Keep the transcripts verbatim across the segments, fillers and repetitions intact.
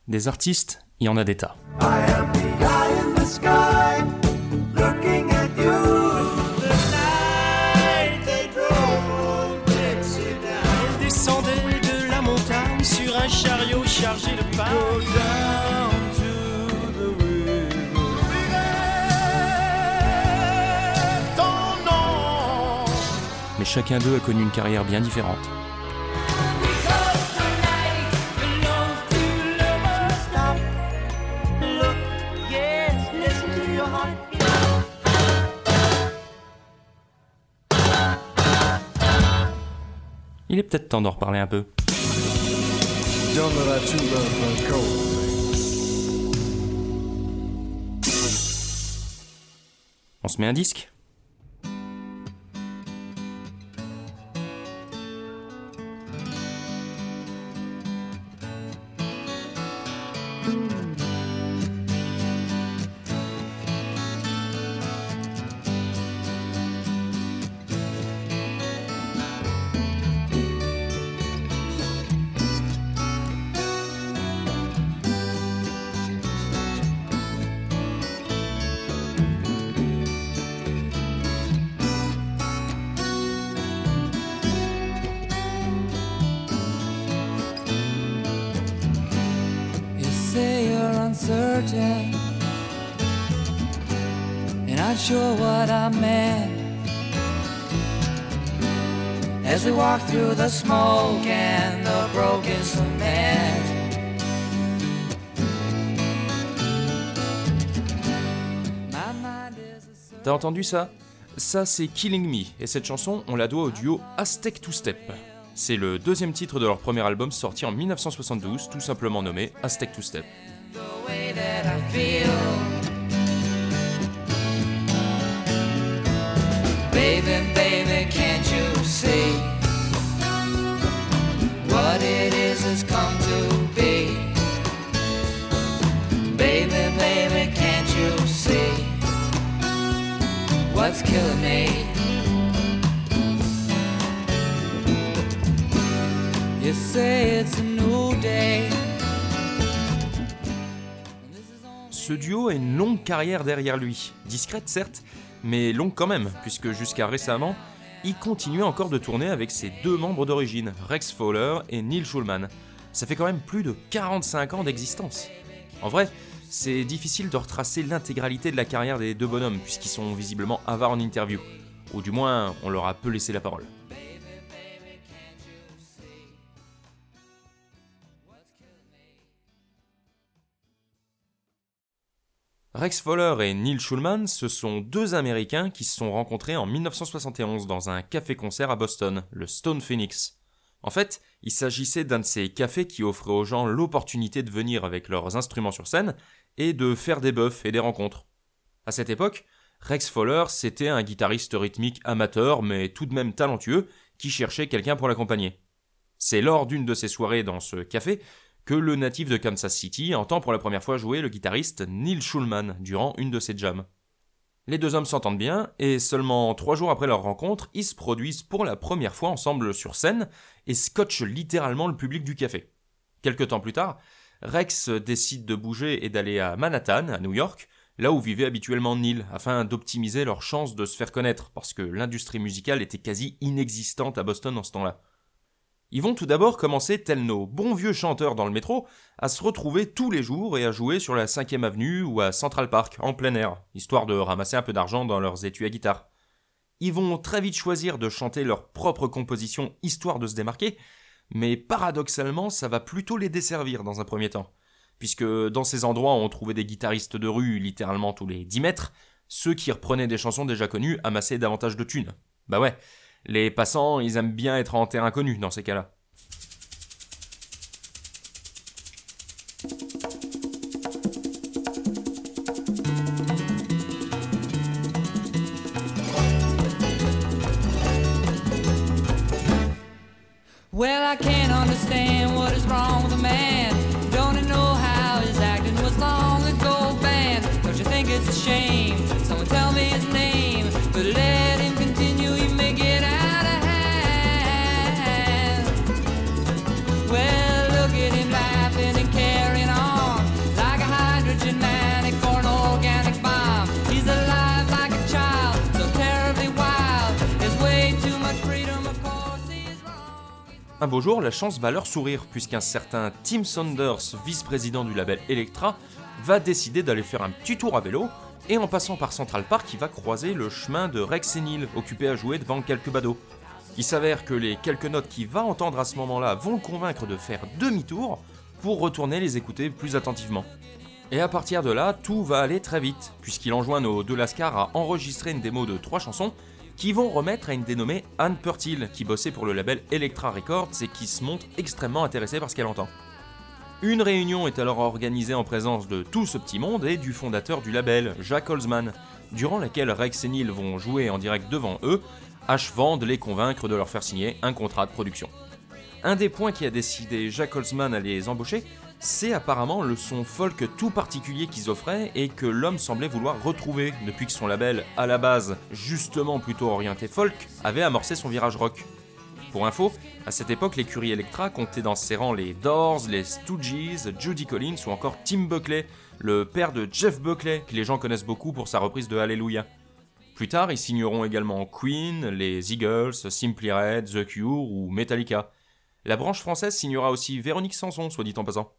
Des artistes, il y en a des tas. I am the eye in the sky, looking at you. The night they drove Dixie down. Elle descendait de la montagne sur un chariot chargé de pain. Go down to the river. Ton nom. Mais chacun d'eux a connu une carrière bien différente. Il est peut-être temps d'en reparler un peu. Don't let that too love go. On se met un disque ? Uncertain, and not sure what I meant. As we walk through the smoke and the broken cement. My mind is a... T'as entendu ça ? Ça, c'est Killing Me, et cette chanson, on la doit au duo Aztec Two Step. C'est le deuxième titre de leur premier album sorti en dix-neuf cent soixante-douze, tout simplement nommé Aztec Two Step. The way that I feel, baby, baby, can't you see what it is has come to be? Baby, baby, can't you see what's killing me? You say it's a new day. Ce duo a une longue carrière derrière lui, discrète certes, mais longue quand même, puisque jusqu'à récemment, il continuait encore de tourner avec ses deux membres d'origine, Rex Fowler et Neil Schulman. Ça fait quand même plus de quarante-cinq ans d'existence. En vrai, c'est difficile de retracer l'intégralité de la carrière des deux bonhommes, puisqu'ils sont visiblement avares en interview, ou du moins, on leur a peu laissé la parole. Rex Fowler et Neil Schulman, ce sont deux Américains qui se sont rencontrés en dix-neuf cent soixante et onze dans un café-concert à Boston, le Stone Phoenix. En fait, il s'agissait d'un de ces cafés qui offraient aux gens l'opportunité de venir avec leurs instruments sur scène et de faire des bœufs et des rencontres. À cette époque, Rex Fowler, c'était un guitariste rythmique amateur mais tout de même talentueux qui cherchait quelqu'un pour l'accompagner. C'est lors d'une de ces soirées dans ce café que le natif de Kansas City entend pour la première fois jouer le guitariste Neil Schulman durant une de ses jams. Les deux hommes s'entendent bien, et seulement trois jours après leur rencontre, ils se produisent pour la première fois ensemble sur scène et scotchent littéralement le public du café. Quelque temps plus tard, Rex décide de bouger et d'aller à Manhattan, à New York, là où vivait habituellement Neil, afin d'optimiser leurs chances de se faire connaître, parce que l'industrie musicale était quasi inexistante à Boston en ce temps-là. Ils vont tout d'abord commencer, tels nos bons vieux chanteurs dans le métro, à se retrouver tous les jours et à jouer sur la cinquième avenue ou à Central Park, en plein air, histoire de ramasser un peu d'argent dans leurs étuis à guitare. Ils vont très vite choisir de chanter leurs propres compositions histoire de se démarquer, mais paradoxalement, ça va plutôt les desservir dans un premier temps, puisque dans ces endroits où on trouvait des guitaristes de rue littéralement tous les dix mètres, ceux qui reprenaient des chansons déjà connues amassaient davantage de thunes. Bah ouais, les passants, ils aiment bien être en terre inconnue dans ces cas-là. Well, I can't understand what is wrong with a man. Don't know how his acting was long ago banned. Don't you think it's a shame? Someone tell me his name. But let him continue, he may get out of hand. Un beau jour, la chance va leur sourire, puisqu'un certain Tim Saunders, vice-président du label Elektra, va décider d'aller faire un petit tour à vélo, et en passant par Central Park, il va croiser le chemin de Rex et Neil, occupés à jouer devant quelques badauds. Il s'avère que les quelques notes qu'il va entendre à ce moment-là vont le convaincre de faire demi-tour pour retourner les écouter plus attentivement. Et à partir de là, tout va aller très vite, puisqu'il enjoint nos deux lascars à enregistrer une démo de trois chansons qui vont remettre à une dénommée Anne Purtill, qui bossait pour le label Elektra Records et qui se montre extrêmement intéressée par ce qu'elle entend. Une réunion est alors organisée en présence de tout ce petit monde et du fondateur du label, Jack Holzman, durant laquelle Rex et Neil vont jouer en direct devant eux, achevant de les convaincre de leur faire signer un contrat de production. Un des points qui a décidé Jack Holzman à les embaucher, c'est apparemment le son folk tout particulier qu'ils offraient et que l'homme semblait vouloir retrouver depuis que son label, à la base justement plutôt orienté folk, avait amorcé son virage rock. Pour info, à cette époque, l'écurie Elektra comptait dans ses rangs les Doors, les Stooges, Judy Collins ou encore Tim Buckley, le père de Jeff Buckley, que les gens connaissent beaucoup pour sa reprise de Hallelujah. Plus tard, ils signeront également Queen, les Eagles, Simply Red, The Cure ou Metallica. La branche française signera aussi Véronique Sanson, soit dit en passant.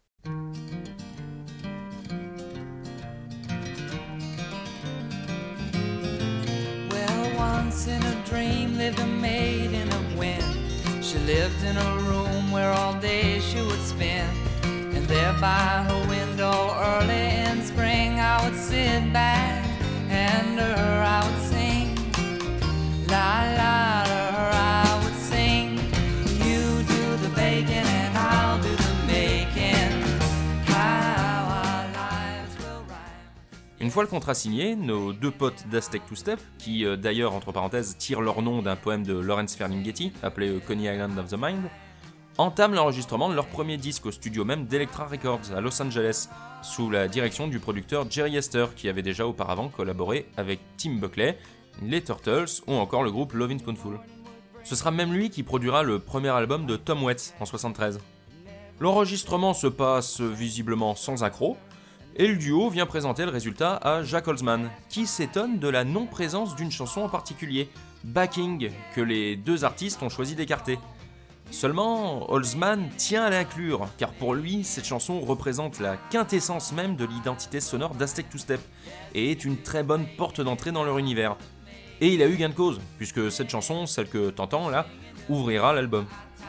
Well, once in a dream lived a maiden of wind. She lived in a room where all day she would spend. And there by her window early in spring I would sit back and to her I would sing. La la, to her I would sing. You do the baking and I'll do the making. How our lives will rhyme. Une fois le contrat signé, nos deux potes d'Aztec Two Step, qui euh, d'ailleurs entre parenthèses tirent leur nom d'un poème de Lawrence Ferlinghetti, appelé euh, Coney Island of the Mind, entament l'enregistrement de leur premier disque au studio même d'Elektra Records à Los Angeles, sous la direction du producteur Jerry Hester, qui avait déjà auparavant collaboré avec Tim Buckley, les Turtles ou encore le groupe Lovin' Spoonful. Ce sera même lui qui produira le premier album de Tom Waits en soixante-treize. L'enregistrement se passe visiblement sans accroc, et le duo vient présenter le résultat à Jack Holzman, qui s'étonne de la non-présence d'une chanson en particulier, Backing, que les deux artistes ont choisi d'écarter. Seulement, Holzman tient à l'inclure, car pour lui, cette chanson représente la quintessence même de l'identité sonore d'Aztec Two Step, et est une très bonne porte d'entrée dans leur univers. Et il a eu gain de cause, puisque cette chanson, celle que t'entends là, ouvrira l'album.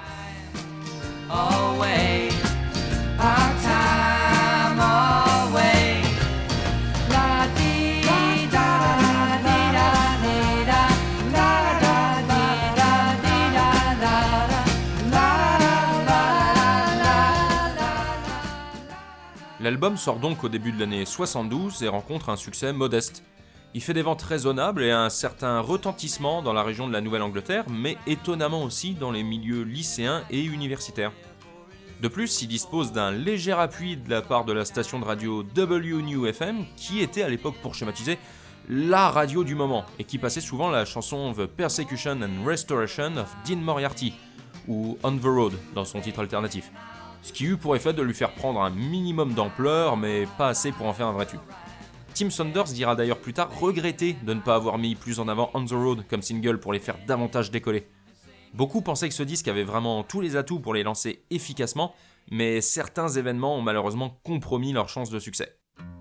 Away, our time away. La dee da da dee da dee da, la da dee da dee da da da, la la la la la. L'album sort donc au début de l'année soixante-douze et rencontre un succès modeste. Il fait des ventes raisonnables et a un certain retentissement dans la région de la Nouvelle-Angleterre, mais étonnamment aussi dans les milieux lycéens et universitaires. De plus, il dispose d'un léger appui de la part de la station de radio W N U F M, qui était à l'époque, pour schématiser, la radio du moment, et qui passait souvent la chanson The Persecution and Restoration of Dean Moriarty, ou On the Road dans son titre alternatif. Ce qui eut pour effet de lui faire prendre un minimum d'ampleur, mais pas assez pour en faire un vrai tube. Tim Saunders dira d'ailleurs plus tard regretter de ne pas avoir mis plus en avant On the Road comme single pour les faire davantage décoller. Beaucoup pensaient que ce disque avait vraiment tous les atouts pour les lancer efficacement, mais certains événements ont malheureusement compromis leur chance de succès.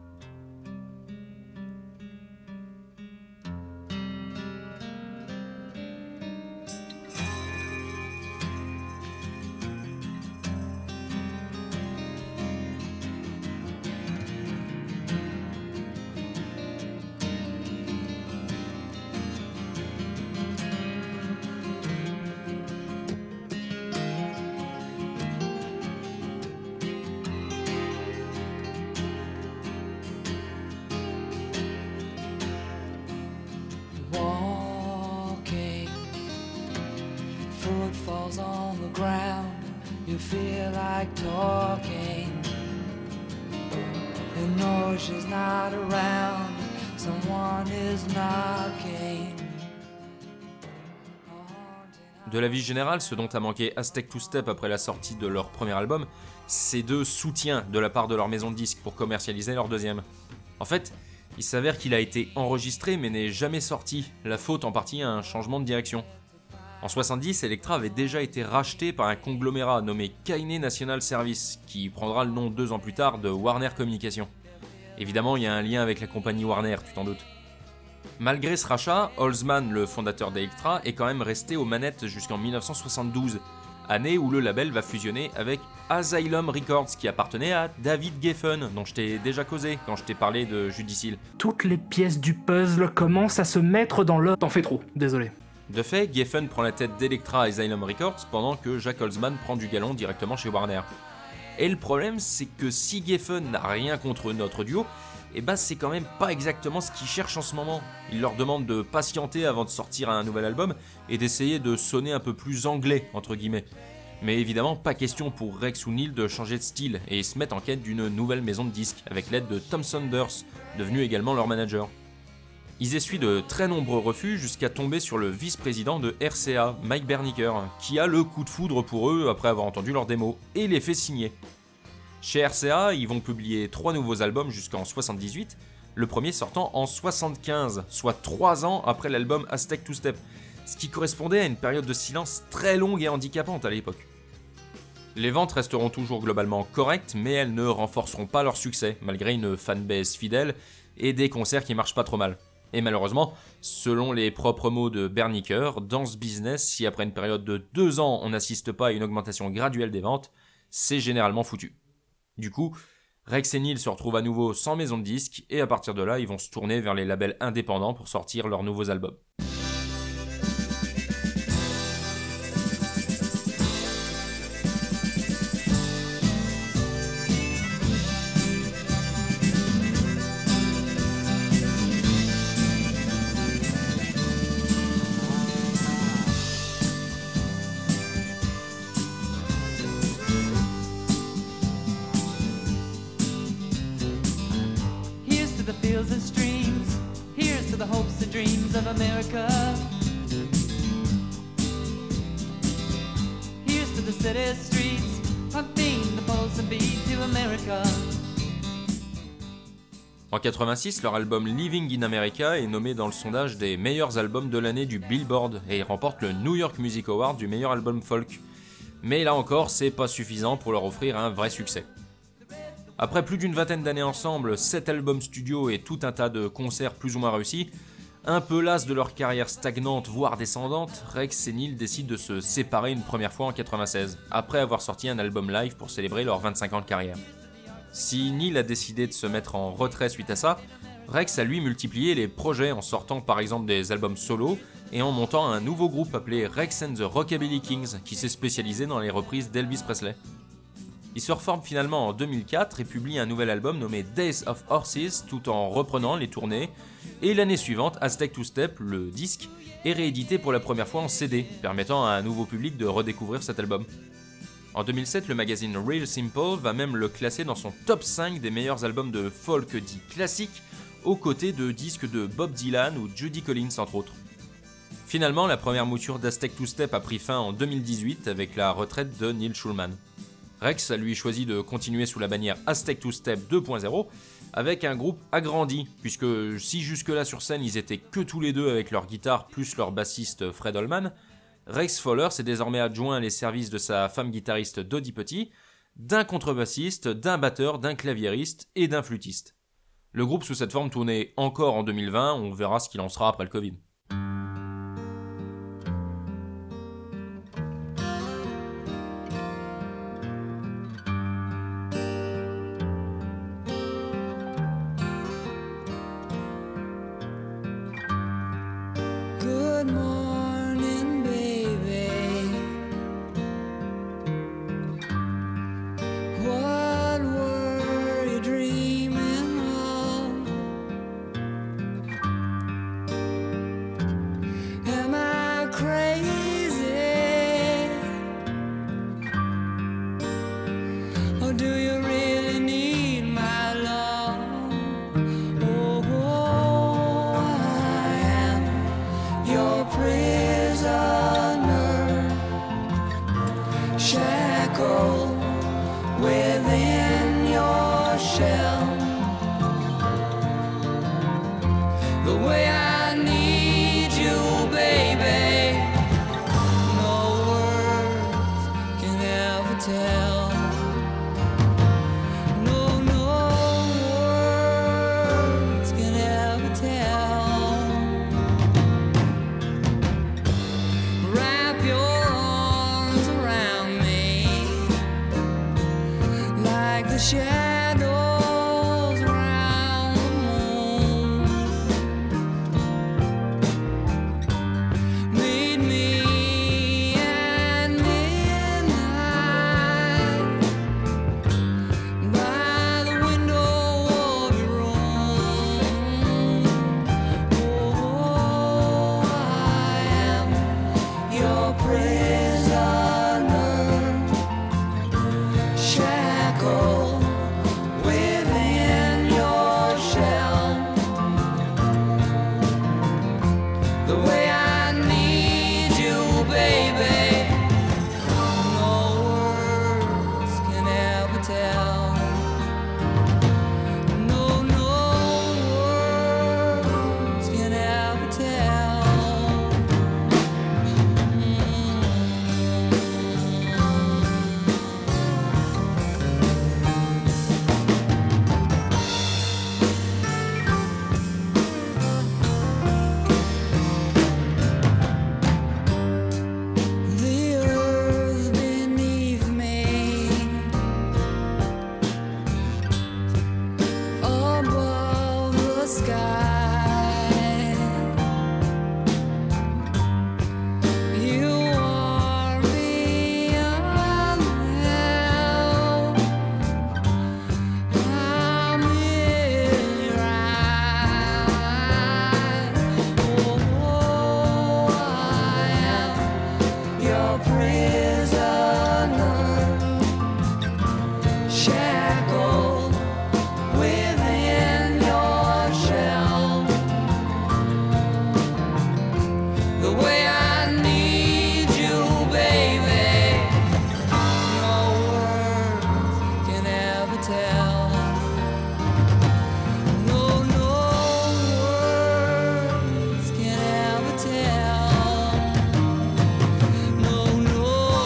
Footfalls on the ground, you feel like talking. You know she's not around, someone is knocking. De la vie générale, ce dont a manqué Aztec Two Step après la sortie de leur premier album, c'est de soutien de la part de leur maison de disques pour commercialiser leur deuxième. En fait, il s'avère qu'il a été enregistré mais n'est jamais sorti, la faute en partie à un changement de direction. En soixante-dix, Elektra avait déjà été racheté par un conglomérat nommé Kaine National Service, qui prendra le nom deux ans plus tard de Warner Communications. Évidemment, il y a un lien avec la compagnie Warner, tu t'en doutes. Malgré ce rachat, Holzman, le fondateur d'Elektra, est quand même resté aux manettes jusqu'en dix-neuf cent soixante-douze, année où le label va fusionner avec Asylum Records, qui appartenait à David Geffen, dont je t'ai déjà causé quand je t'ai parlé de Judicil. Toutes les pièces du puzzle commencent à se mettre dans l'ordre. T'en fais trop, désolé. De fait, Geffen prend la tête d'Elektra Asylum Records pendant que Jack Holzman prend du galon directement chez Warner. Et le problème, c'est que si Geffen n'a rien contre notre duo, et bah c'est quand même pas exactement ce qu'ils cherchent en ce moment. Il leur demande de patienter avant de sortir un nouvel album et d'essayer de sonner un peu plus anglais, entre guillemets. Mais évidemment, pas question pour Rex ou Neil de changer de style et se mettre en quête d'une nouvelle maison de disques, avec l'aide de Tom Saunders, devenu également leur manager. Ils essuient de très nombreux refus jusqu'à tomber sur le vice-président de R C A, Mike Berniker, qui a le coup de foudre pour eux après avoir entendu leur démo, et les fait signer. Chez R C A, ils vont publier trois nouveaux albums jusqu'en soixante-dix-huit, le premier sortant en soixante-quinze, soit trois ans après l'album Aztec Two Step, ce qui correspondait à une période de silence très longue et handicapante à l'époque. Les ventes resteront toujours globalement correctes, mais elles ne renforceront pas leur succès, malgré une fanbase fidèle et des concerts qui marchent pas trop mal. Et malheureusement, selon les propres mots de Berniker, dans ce business, si après une période de deux ans on n'assiste pas à une augmentation graduelle des ventes, c'est généralement foutu. Du coup, Rex et Neil se retrouvent à nouveau sans maison de disques, et à partir de là, ils vont se tourner vers les labels indépendants pour sortir leurs nouveaux albums. Fields and streams, here's to the hopes and dreams of America. Here's to the city streets, pumping the pulse and beat to America. En quatre-vingt-six, leur album Living in America est nommé dans le sondage des meilleurs albums de l'année du Billboard et il remporte le New York Music Award du meilleur album folk. Mais là encore, c'est pas suffisant pour leur offrir un vrai succès. Après plus d'une vingtaine d'années ensemble, sept albums studio et tout un tas de concerts plus ou moins réussis, un peu las de leur carrière stagnante voire descendante, Rex et Neil décident de se séparer une première fois en quatre-vingt-seize, après avoir sorti un album live pour célébrer leurs vingt-cinq ans de carrière. Si Neil a décidé de se mettre en retrait suite à ça, Rex a lui multiplié les projets en sortant par exemple des albums solo et en montant un nouveau groupe appelé Rex and the Rockabilly Kings qui s'est spécialisé dans les reprises d'Elvis Presley. Il se reforme finalement en deux mille quatre et publie un nouvel album nommé Days of Horses tout en reprenant les tournées, et l'année suivante, Aztec Two Step, le disque, est réédité pour la première fois en C D, permettant à un nouveau public de redécouvrir cet album. En deux mille sept, le magazine Real Simple va même le classer dans son top cinq des meilleurs albums de folk dit classique, aux côtés de disques de Bob Dylan ou Judy Collins entre autres. Finalement, la première mouture d'Aztec Two Step a pris fin en deux mille dix-huit avec la retraite de Neil Schulman. Rex a lui choisi de continuer sous la bannière Aztec Two Step deux point zéro avec un groupe agrandi, puisque si jusque-là sur scène ils étaient que tous les deux avec leur guitare plus leur bassiste Fred Holman, Rex Fowler s'est désormais adjoint les services de sa femme guitariste Dodie Petit, d'un contrebassiste, d'un batteur, d'un claviériste et d'un flûtiste. Le groupe sous cette forme tournait encore en deux mille vingt, on verra ce qu'il en sera après le Covid. Good morning, baby. What were you dreaming of? sky. You are beyond hell. I'm here, I, oh, I am your prisoner, shackled within your shell. The way I need you, baby, no words can ever tell. No, no words can ever tell. No, no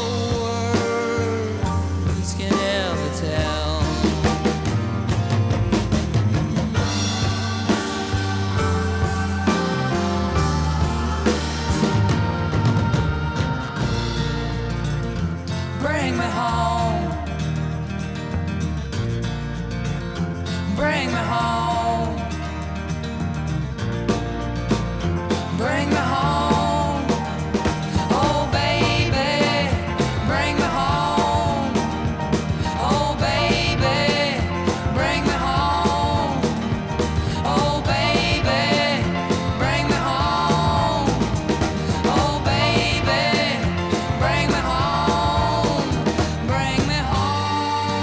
words can ever tell. Bring me home. Bring me home. Bring me home. Oh, baby. Bring me home. Oh, baby. Bring me home. Oh, baby. Bring me home. Oh, baby. Bring me home. Bring me home.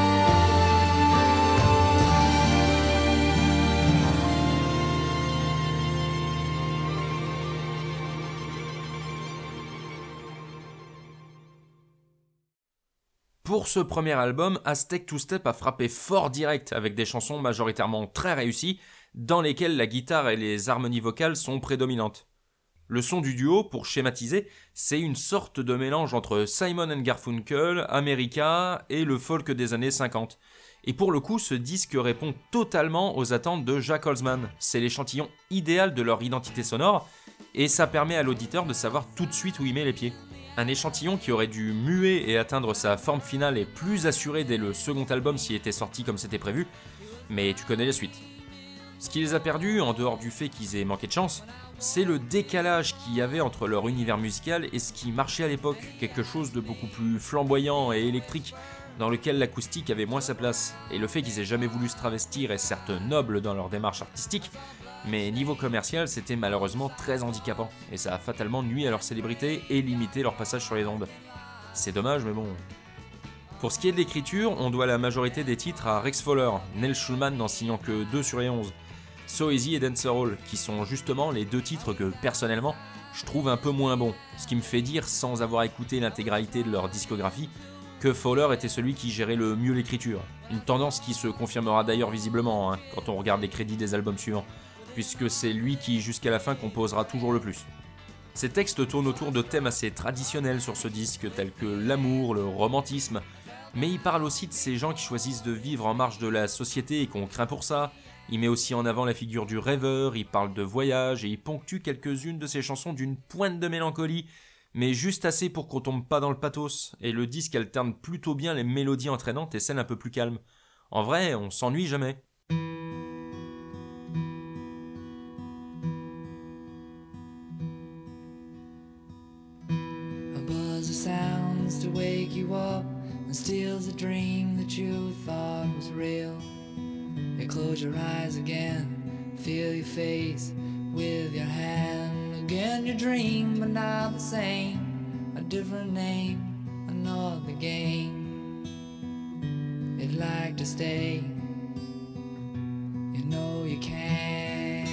Pour ce premier album, Aztec Two Step a frappé fort direct avec des chansons majoritairement très réussies, dans lesquelles la guitare et les harmonies vocales sont prédominantes. Le son du duo, pour schématiser, c'est une sorte de mélange entre Simon and Garfunkel, America et le folk des années cinquante. Et pour le coup, ce disque répond totalement aux attentes de Jack Holzman. C'est l'échantillon idéal de leur identité sonore, et ça permet à l'auditeur de savoir tout de suite où il met les pieds. Un échantillon qui aurait dû muer et atteindre sa forme finale et plus assurée dès le second album s'il était sorti comme c'était prévu, mais tu connais la suite. Ce qui les a perdus, en dehors du fait qu'ils aient manqué de chance, c'est le décalage qu'il y avait entre leur univers musical et ce qui marchait à l'époque, quelque chose de beaucoup plus flamboyant et électrique, dans lequel l'acoustique avait moins sa place, et le fait qu'ils aient jamais voulu se travestir est certes noble dans leur démarche artistique, mais niveau commercial c'était malheureusement très handicapant, et ça a fatalement nuit à leur célébrité et limité leur passage sur les ondes. C'est dommage mais bon... Pour ce qui est de l'écriture, on doit la majorité des titres à Rex Fowler, Neil Schulman n'en signant que deux sur les onze, So Easy et Dancer Hall, qui sont justement les deux titres que personnellement je trouve un peu moins bons, ce qui me fait dire, sans avoir écouté l'intégralité de leur discographie, que Fowler était celui qui gérait le mieux l'écriture, une tendance qui se confirmera d'ailleurs visiblement hein, quand on regarde les crédits des albums suivants, puisque c'est lui qui jusqu'à la fin composera toujours le plus. Ces textes tournent autour de thèmes assez traditionnels sur ce disque, tels que l'amour, le romantisme, mais il parle aussi de ces gens qui choisissent de vivre en marge de la société et qu'on craint pour ça. Il met aussi en avant la figure du rêveur, il parle de voyage et il ponctue quelques-unes de ses chansons d'une pointe de mélancolie, mais juste assez pour qu'on tombe pas dans le pathos, et le disque alterne plutôt bien les mélodies entraînantes et celles un peu plus calmes. En vrai, on s'ennuie jamais. A buzz of sounds to wake you up and steals a dream that you thought was real. You close your eyes again, feel your face with your hand. Again you dream but not the same, a different name, another game. You'd like to stay, you know you can.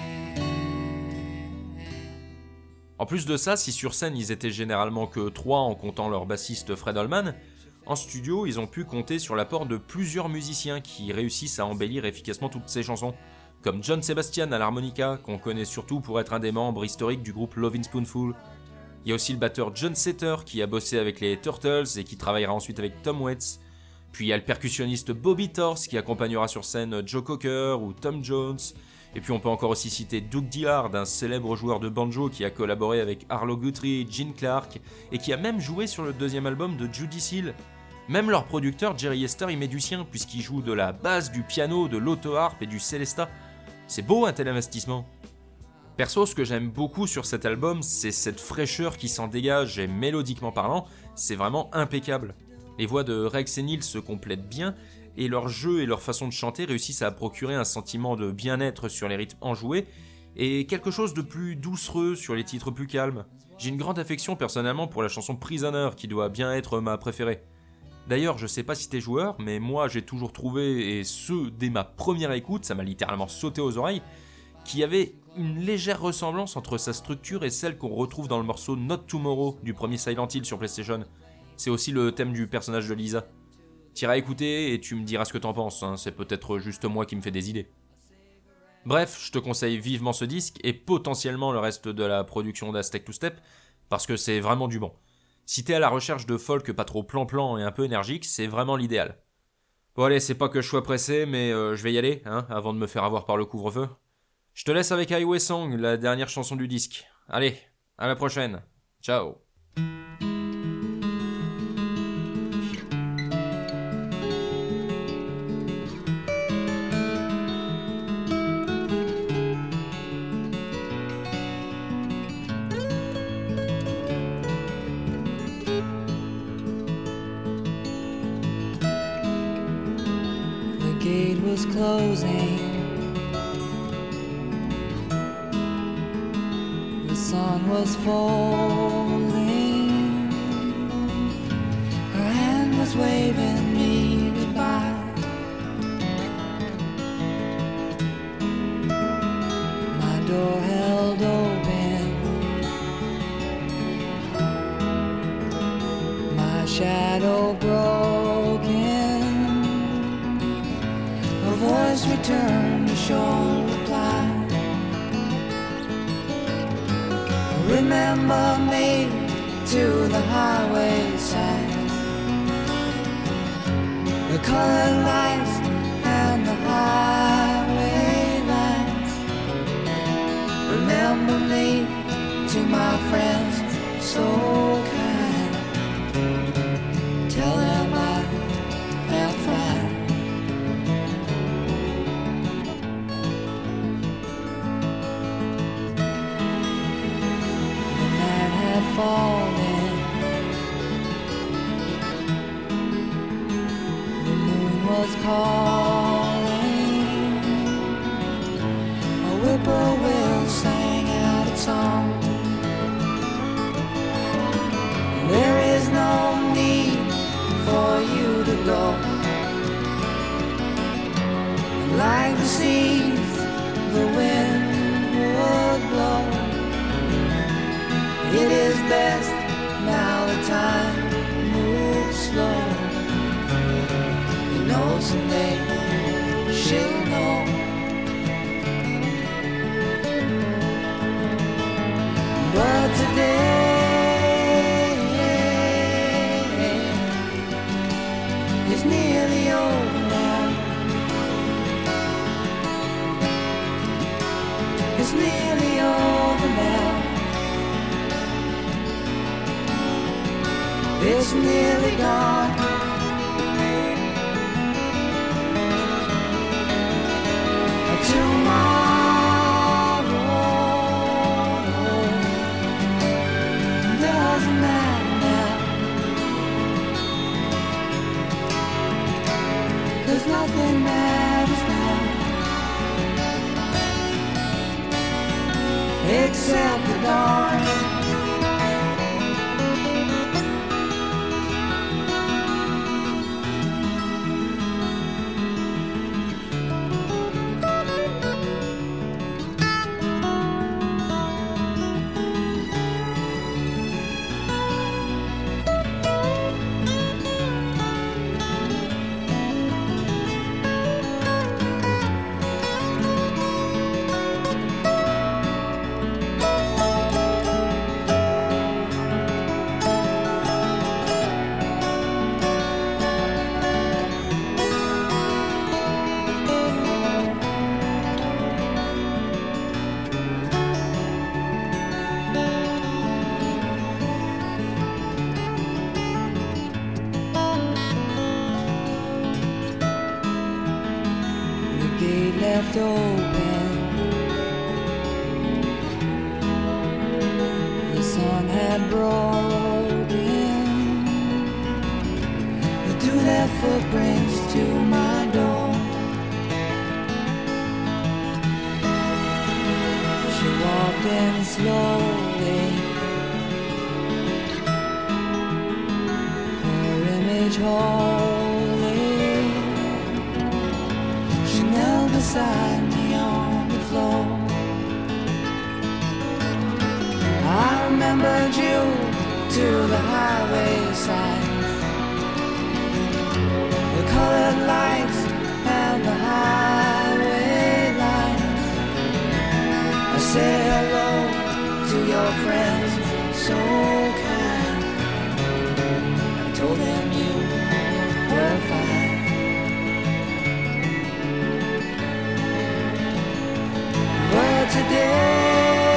En plus de ça, si sur scène ils étaient généralement que trois en comptant leur bassiste Fred Allman, en studio ils ont pu compter sur l'apport de plusieurs musiciens qui réussissent à embellir efficacement toutes ces chansons, comme John Sebastian à l'harmonica, qu'on connaît surtout pour être un des membres historiques du groupe Lovin' Spoonful. Il y a aussi le batteur John Setter qui a bossé avec les Turtles et qui travaillera ensuite avec Tom Waits. Puis il y a le percussionniste Bobby Torse qui accompagnera sur scène Joe Cocker ou Tom Jones. Et puis on peut encore aussi citer Doug Dillard, un célèbre joueur de banjo qui a collaboré avec Arlo Guthrie, Gene Clark, et qui a même joué sur le deuxième album de Judy Seal. Même leur producteur Jerry Hester y met du sien, puisqu'il joue de la basse, du piano, de l'auto-harpe et du celesta. C'est beau un tel investissement. Perso, ce que j'aime beaucoup sur cet album, c'est cette fraîcheur qui s'en dégage et mélodiquement parlant, c'est vraiment impeccable. Les voix de Rex et Neil se complètent bien, et leur jeu et leur façon de chanter réussissent à procurer un sentiment de bien-être sur les rythmes enjoués, et quelque chose de plus doucereux sur les titres plus calmes. J'ai une grande affection personnellement pour la chanson Prisoner, qui doit bien être ma préférée. D'ailleurs, je sais pas si t'es joueur, mais moi j'ai toujours trouvé, et ce dès ma première écoute, ça m'a littéralement sauté aux oreilles, qu'il y avait une légère ressemblance entre sa structure et celle qu'on retrouve dans le morceau Not Tomorrow du premier Silent Hill sur PlayStation. C'est aussi le thème du personnage de Lisa. T'iras écouter et tu me diras ce que t'en penses, hein, c'est peut-être juste moi qui me fais des idées. Bref, je te conseille vivement ce disque et potentiellement le reste de la production d'Aztec Two Step, parce que c'est vraiment du bon. Si t'es à la recherche de folk pas trop plan-plan et un peu énergique, c'est vraiment l'idéal. Bon allez, c'est pas que je sois pressé, mais euh, je vais y aller, hein, avant de me faire avoir par le couvre-feu. Je te laisse avec Highway Song, la dernière chanson du disque. Allez, à la prochaine. Ciao. The gate was closing. The sun was falling. Her hand was waving me goodbye. My door held open. My shadow broken. Her voice returned a short reply. Remember me to the highway side. The colored lights and the highway lights. Remember me to my friends so kind. Tell them I am fine. Falling. The moon was calling. A whippoorwill sang out its song. There is no need for you to go. Like the seas, the wind would blow. It is best now the time moves slow. You know someday she'll know. But today is nearly over now. It's nearly over now. It's nearly gone. Tomorrow doesn't matter now, 'cause nothing matters now except the dawn. Left open. broken, they threw their footprints to my door. She walked in slowly, her image holy. She knelt beside me on the floor. I remembered you to the highway signs, the colored lights and the highway lines. I said hello to your friends, so kind. I told them you were fine. But today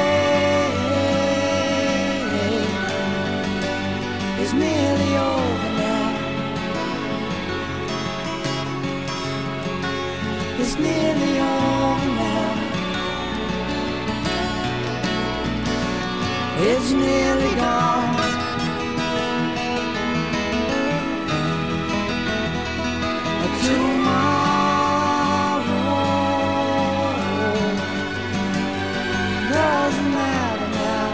is nearly over now. It's nearly over now. It's nearly gone. Tomorrow doesn't matter now,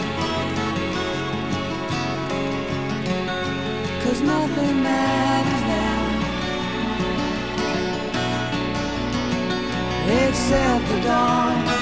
'cause nothing matters now except the dawn.